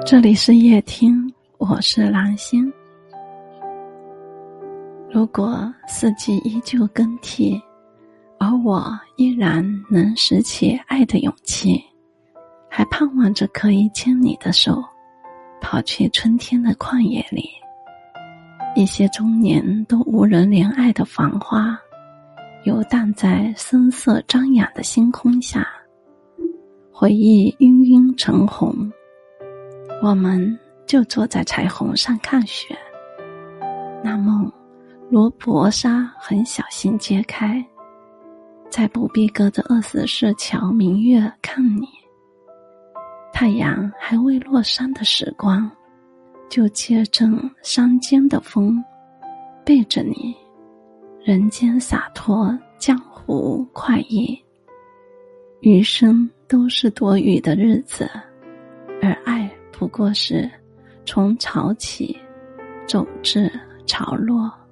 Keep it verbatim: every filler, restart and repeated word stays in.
这里是夜听，我是蓝心。如果四季依旧更替，而我依然能拾起爱的勇气，还盼望着可以牵你的手，跑去春天的旷野里。一些终年都无人怜爱的繁花，游荡在深色张扬的星空下，回忆晕晕成红，我们就坐在彩虹上看雪。那梦如薄纱，很小心揭开，在不必隔着二十四桥明月看你。太阳还未落山的时光，就借阵山间的风，背着你，人间洒脱，江湖快意。余生都是多雨的日子，而爱不过是从潮起走至潮落。